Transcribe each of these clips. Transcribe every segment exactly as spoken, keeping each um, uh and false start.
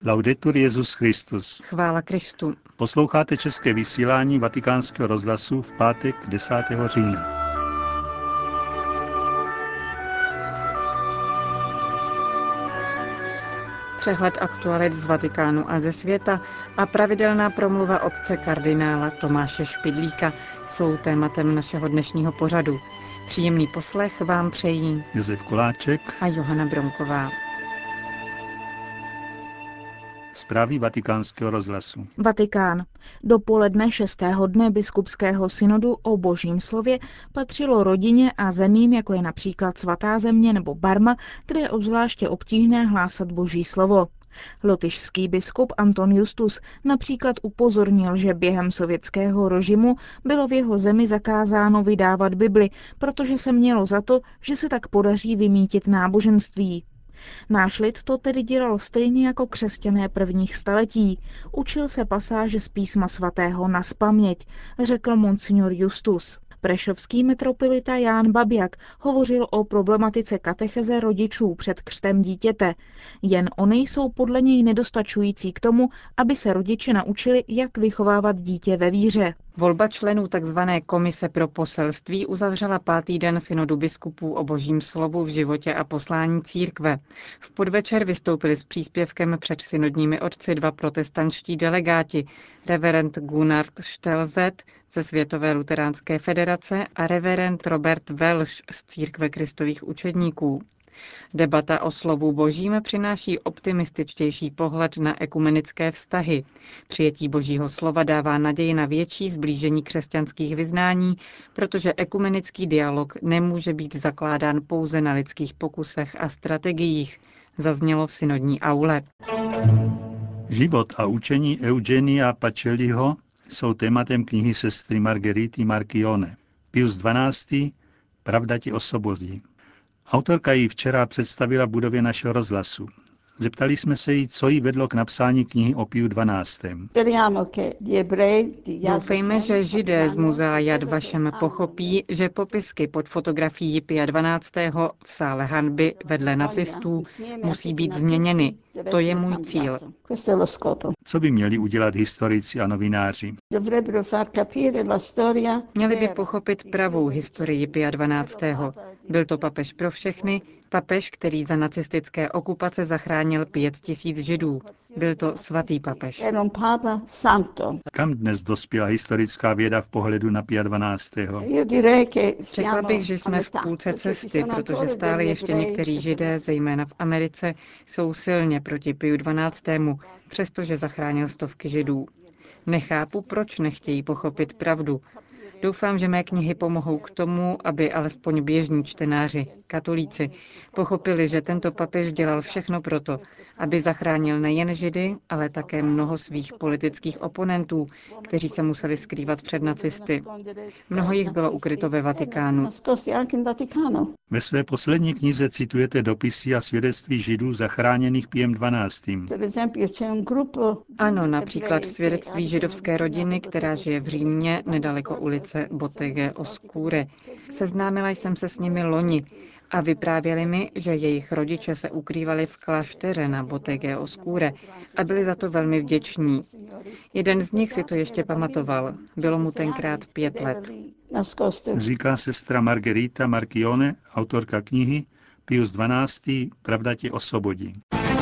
Laudetur Jesus Christus. Chvála Kristu. Posloucháte české vysílání Vatikánského rozhlasu v pátek desátého října. Přehled aktualit z Vatikánu a ze světa a pravidelná promluva otce kardinála Tomáše Špidlíka jsou tématem našeho dnešního pořadu. Příjemný poslech vám přejí Josef Koláček a Johana Bronková. Zprávy Vatikánského rozhlasu. Vatikán. Dopoledne šestého dne biskupského synodu o Božím slově patřilo rodině a zemím, jako je například Svatá země nebo Barma, kde je obzvláště obtížné hlásat Boží slovo. Lotyšský biskup Anton Justus například upozornil, že během sovětského režimu bylo v jeho zemi zakázáno vydávat Bibli, protože se mělo za to, že se tak podaří vymýtit náboženství. Náš lid to tedy dělal stejně jako křesťané prvních staletí. Učil se pasáže z písma svatého nazpaměť, řekl monsignor Justus. Prešovský metropolita Ján Babjak hovořil o problematice katecheze rodičů před křtem dítěte. Jen ony jsou podle něj nedostačující k tomu, aby se rodiče naučili, jak vychovávat dítě ve víře. Volba členů tzv. Komise pro poselství uzavřela pátý den synodu biskupů o Božím slovu v životě a poslání církve. V podvečer vystoupili s příspěvkem před synodními otci dva protestantští delegáti, reverend Gunnar Stelzet ze Světové luteránské federace a reverend Robert Welsh z Církve Kristových učedníků. Debata o slovu Božím přináší optimističtější pohled na ekumenické vztahy. Přijetí Božího slova dává naději na větší sblížení křesťanských vyznání, protože ekumenický dialog nemůže být zakládán pouze na lidských pokusech a strategiích, zaznělo v synodní aule. Život a učení Eugenia Pacelliho jsou tématem knihy sestry Margherity Marchione. Pius dvanáctý. Pravda tě osvobodí. Autorka ji včera představila v budově našeho rozhlasu. Zeptali jsme se jí, co jí vedlo k napsání knihy o Piu dvanáctém. Doufejme, že Židé z muzea Yad Vashem pochopí, že popisky pod fotografií Pia dvanáctého. v sále hanby vedle nacistů musí být změněny. To je můj cíl. Co by měli udělat historici a novináři? Měli by pochopit pravou historii Pia dvanáctého. Byl to papež pro všechny, papež, který za nacistické okupace zachránil pět tisíc Židů. Byl to svatý papež. Kam dnes dospěla historická věda v pohledu na Pia dvanáctého. Řekla bych, že jsme v půlce cesty, protože stále ještě někteří Židé, zejména v Americe, jsou silně proti Piu dvanáctému, přestože zachránil stovky Židů. Nechápu, proč nechtějí pochopit pravdu. Doufám, že mé knihy pomohou k tomu, aby alespoň běžní čtenáři, katolíci, pochopili, že tento papež dělal všechno proto, aby zachránil nejen Židy, ale také mnoho svých politických oponentů, kteří se museli skrývat před nacisty. Mnoho jich bylo ukryto ve Vatikánu. Ve své poslední knize citujete dopisy a svědectví Židů zachráněných Piem dvanáctým. Ano, například svědectví židovské rodiny, která žije v Římě, nedaleko ulice Botteghe Oscure. Seznámila jsem se s nimi loni a vyprávěli mi, že jejich rodiče se ukrývali v klášteře na Botteghe Oscure a byli za to velmi vděční. Jeden z nich si to ještě pamatoval. Bylo mu tenkrát pět let. Říká sestra Margherita Marchione, autorka knihy Pius dvanáctý. Pravda tě osvobodí.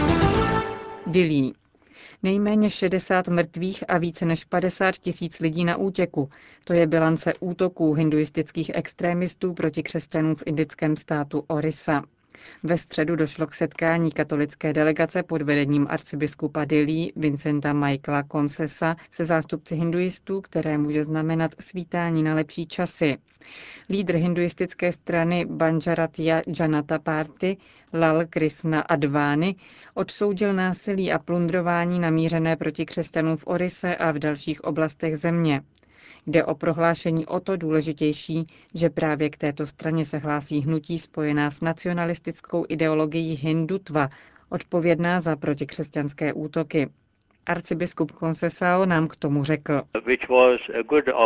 Dillí. Nejméně šedesát mrtvých a více než padesát tisíc lidí na útěku. To je bilance útoků hinduistických extrémistů proti křesťanům v indickém státu Orissa. Ve středu došlo k setkání katolické delegace pod vedením arcibiskupa Dillí Vincenta Michaela Consesa se zástupci hinduistů, které může znamenat svítání na lepší časy. Lídr hinduistické strany Banjaratya Janata Party Lal Krishna Advani odsoudil násilí a plundrování namířené proti křesťanům v Orise a v dalších oblastech země. Jde o prohlášení o to důležitější, že právě k této straně se hlásí hnutí spojená s nacionalistickou ideologií hindutva, odpovědná za protikřesťanské útoky. Arcibiskup Concesao nám k tomu řekl.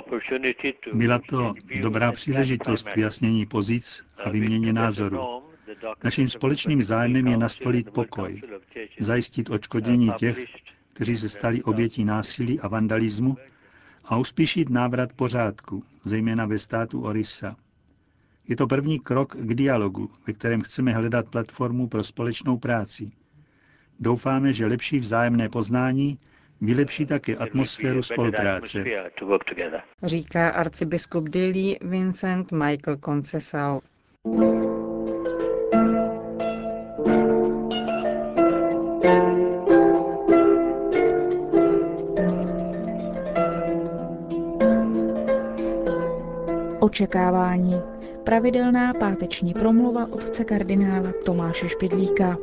Byla to dobrá příležitost vyjasnění pozic a výměně názorů. Naším společným zájmem je nastolit pokoj, zajistit odškodnění těch, kteří se stali obětí násilí a vandalismu, a uspíšit návrat pořádku, zejména ve státu Orissa. Je to první krok k dialogu, ve kterém chceme hledat platformu pro společnou práci. Doufáme, že lepší vzájemné poznání vylepší také atmosféru spolupráce, říká arcibiskup Dillí Vincent Michael Conceição. Očekávání. Pravidelná páteční promluva otce kardinála Tomáše Špidlíka.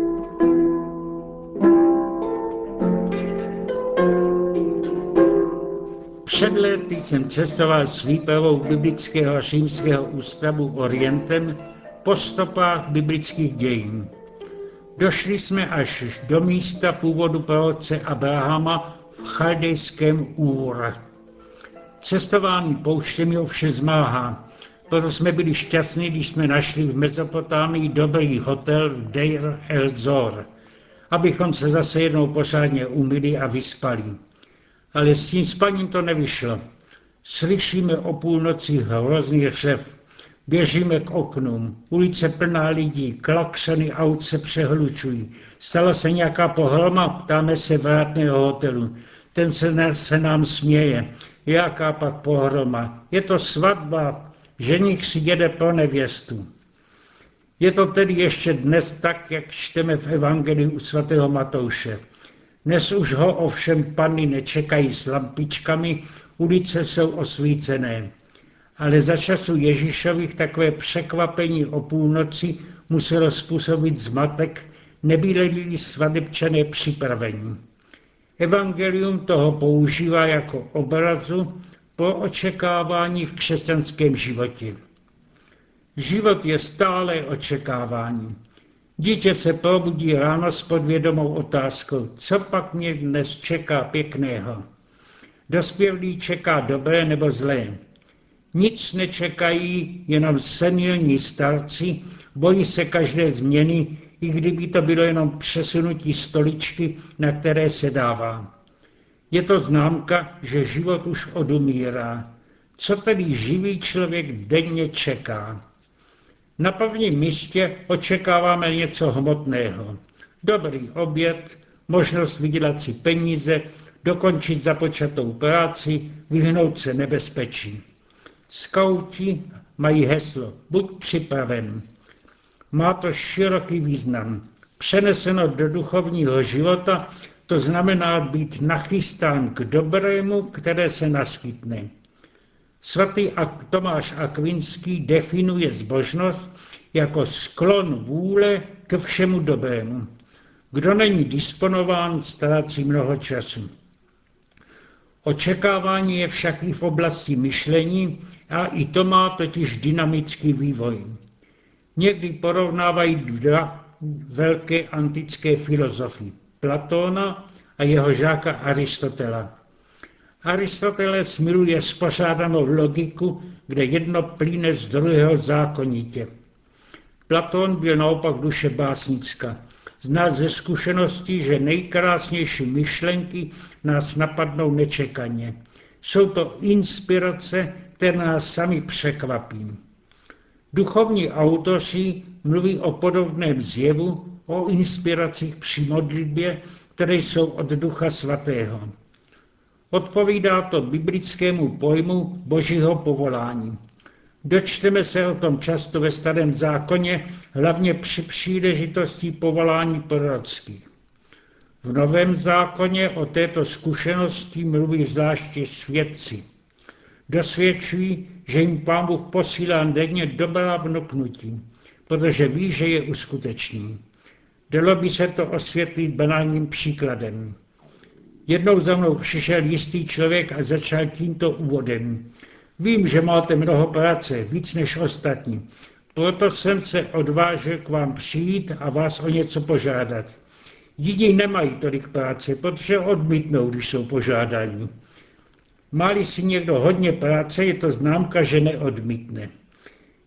Před lety jsem cestoval s výpravou biblického římského ústavu Orientem po stopách biblických dějin. Došli jsme až do místa původu proroce Abrahama v chaldejském Úr. Cestování pouštěm je ovšem zmáhá, proto jsme byli šťastní, když jsme našli v Mezopotámii dobrý hotel v Deir el-Zor, abychom se zase jednou pořádně umyli a vyspali. Ale s tím spaním to nevyšlo. Slyšíme o půlnoci hrozný řev. Běžíme k oknům. Ulice plná lidí, klaxony aut se přehlučují. Stala se nějaká pohroma? Ptáme se vrátného hotelu. Ten se, se nám směje. Jaká pak pohroma? Je to svatba. Ženich si jede pro nevěstu. Je to tedy ještě dnes tak, jak čteme v Evangeliu u svatého Matouše. Dnes už ho ovšem panny nečekají s lampičkami, ulice jsou osvícené. Ale za času Ježíšových takové překvapení o půlnoci muselo způsobit zmatek, nebyli svatebčané připraveni. Evangelium toho používá jako obrazu pro očekávání v křesťanském životě. Život je stále očekávání. Dítě se probudí ráno s podvědomou otázkou, co pak mě dnes čeká pěkného. Dospělý čeká dobré nebo zlé. Nic nečekají, jenom senilní starci, bojí se každé změny, i kdyby to bylo jenom přesunutí stoličky, na které se dává. Je to známka, že život už odumírá. Co tedy živý člověk denně čeká? Na prvním místě očekáváme něco hmotného. Dobrý oběd, možnost vydělat si peníze, dokončit započatou práci, vyhnout se nebezpečí. Skauti mají heslo buď připraven. Má to široký význam. Přeneseno do duchovního života to znamená být nachystán k dobrému, které se naskytne. Svatý Tomáš Akvinský definuje zbožnost jako sklon vůle ke všemu dobrému. Kdo není disponován, ztrácí mnoho času. Očekávání je však i v oblasti myšlení a i to má totiž dynamický vývoj. Někdy porovnávají dva velké antické filozofy, Platóna a jeho žáka Aristotela. Aristoteles miluje spořádanou logiku, kde jedno plyne z druhého zákonitě. Platón byl naopak duše básnická. Zná ze zkušeností, že nejkrásnější myšlenky nás napadnou nečekaně. Jsou to inspirace, které nás sami překvapí. Duchovní autoři mluví o podobném zjevu, o inspiracích při modlitbě, které jsou od Ducha Svatého. Odpovídá to biblickému pojmu božího povolání. Dočteme se o tom často ve Starém zákoně, hlavně při příležitosti povolání prorockých. V Novém zákoně o této zkušenosti mluví zvláště svědci. Dosvědčují, že jim Pán Bůh posílá denně dobrá vnuknutí, protože ví, že je uskuteční. Dalo by se to osvětlit banálním příkladem. Jednou za mnou přišel jistý člověk a začal tímto úvodem. Vím, že máte mnoho práce, víc než ostatní. Proto jsem se odvážil k vám přijít a vás o něco požádat. Jiní nemají tolik práce, protože odmítnou, když jsou požádáni. Má-li si někdo hodně práce, je to známka, že neodmítne.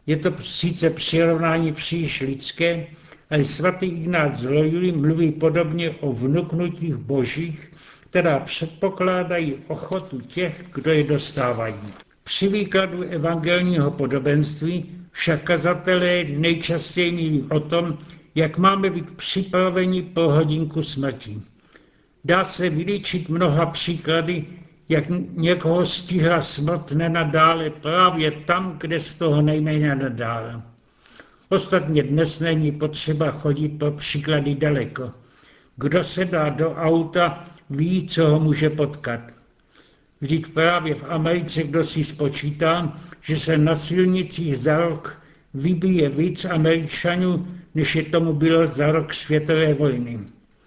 Je to sice přirovnání příliš lidské, ale svatý Ignác z Loyoli mluví podobně o vnuknutích božích, která předpokládají ochotu těch, kdo je dostávají. Při výkladu evangelního podobenství však kazatelé nejčastěji mluví o tom, jak máme být připraveni pro hodinku smrti. Dá se vylíčit mnoha příklady, jak někoho stihla smrt nenadále právě tam, kde z toho nejméně nadále. Ostatně dnes není potřeba chodit pro příklady daleko. Kdo se dá do auta, ví, co ho může potkat. Vždyť právě v Americe kdo si spočítá, že se na silnicích za rok vybije víc Američanů, než je tomu bylo za rok světové vojny.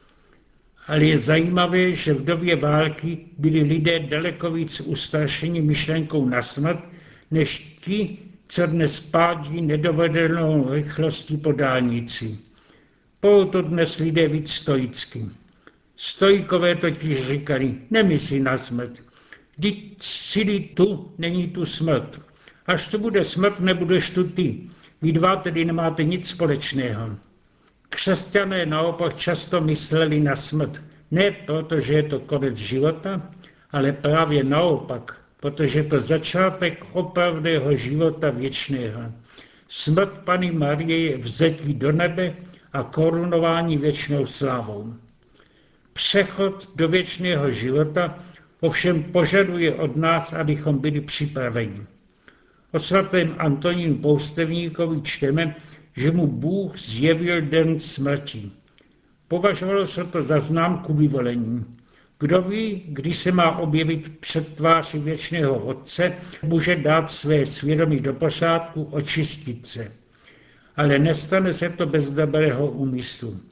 Ale je zajímavé, že v době války byli lidé daleko víc ustrašeni myšlenkou na smrt, než ti, co dnes pádí nedovedenou rychlostí po dálnici. Budou to dnes lidé víc stoicky. Stoikové totiž říkali, nemyslí na smrt. Vždyť si tu, není tu smrt. Až tu bude smrt, nebudeš tu ty. Vy dva tedy nemáte nic společného. Křesťané naopak často mysleli na smrt. Ne proto, že je to konec života, ale právě naopak, protože je to začátek opravdého života věčného. Smrt Panny Marie je vzetí do nebe a korunování věčnou slávou. Přechod do věčného života ovšem požaduje od nás, abychom byli připraveni. O svatém Antonínu Poustevníkovi čteme, že mu Bůh zjevil den smrti. Považovalo se to za známku vyvolení. Kdo ví, kdy se má objevit před tváří věčného Otce, může dát své svědomí do pořádku, očistit se. Ale nestane se to bez dobrého úmyslu.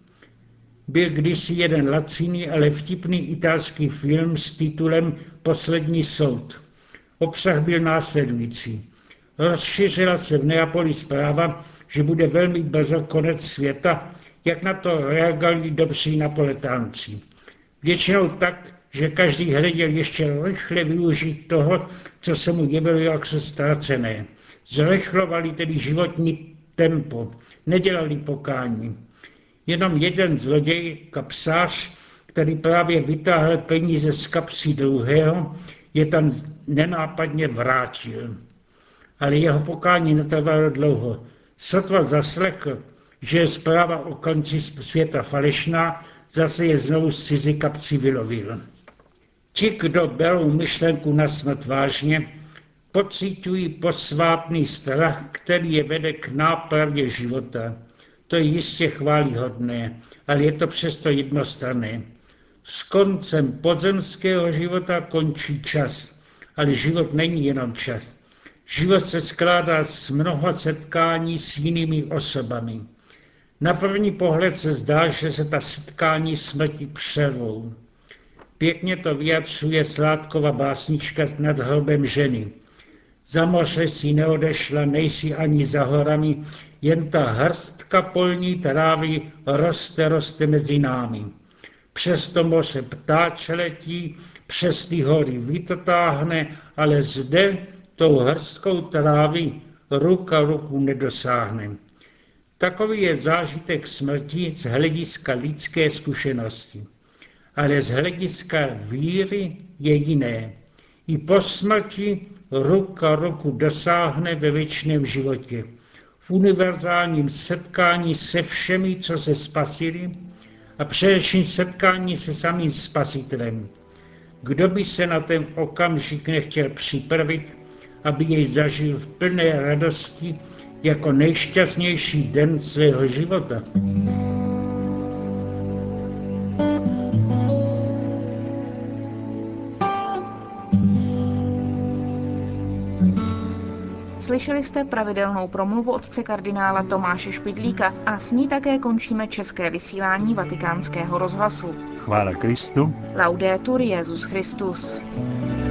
Byl kdysi jeden laciný, ale vtipný italský film s titulem Poslední soud. Obsah byl následující. Rozšířila se v Neapoli zpráva, že bude velmi brzo konec světa, jak na to reagovali dobří Napoletánci. Většinou tak, že každý hleděl ještě rychle využít toho, co se mu jevilo jako ztracené. Zrychlovali tedy životní tempo, nedělali pokání. Jenom jeden zloděj, kapsář, který právě vytáhl peníze z kapsy druhého, je tam nenápadně vrátil. Ale jeho pokání netrvalo dlouho. Sotva zaslechl, že je zpráva o konci světa falešná, zase je znovu z cizí kapsy vylovil. Ti, kdo berou myšlenku na smrt vážně, pociťují posvátný strach, který je vede k nápravě života. To je jistě chvályhodné, ale je to přesto jednostranné. S koncem pozemského života končí čas, ale život není jenom čas. Život se skládá z mnoha setkání s jinými osobami. Na první pohled se zdá, že se ta setkání smrti přervou. Pěkně to vyjadřuje Sládkova básnička Nad hrobem ženy. Za moře si neodešla, nejsi ani za horami, jen ta hrstka polní trávy roste, roste mezi námi. Přes to moře ptáč letí, přes ty hory vytáhne, ale zde tou hrstkou trávy ruka ruku nedosáhne. Takový je zážitek smrti z hlediska lidské zkušenosti. Ale z hlediska víry je jiné. I po smrti ruka ruku dosáhne ve věčném životě. V univerzálním setkání se všemi, co se spasili, a především setkání se samým Spasitelem. Kdo by se na ten okamžik nechtěl připravit, aby jej zažil v plné radosti jako nejšťastnější den svého života? Slyšeli jste pravidelnou promluvu otce kardinála Tomáše Špidlíka a s ní také končíme české vysílání Vatikánského rozhlasu. Chvála Kristu. Laudetur Jesus Christus.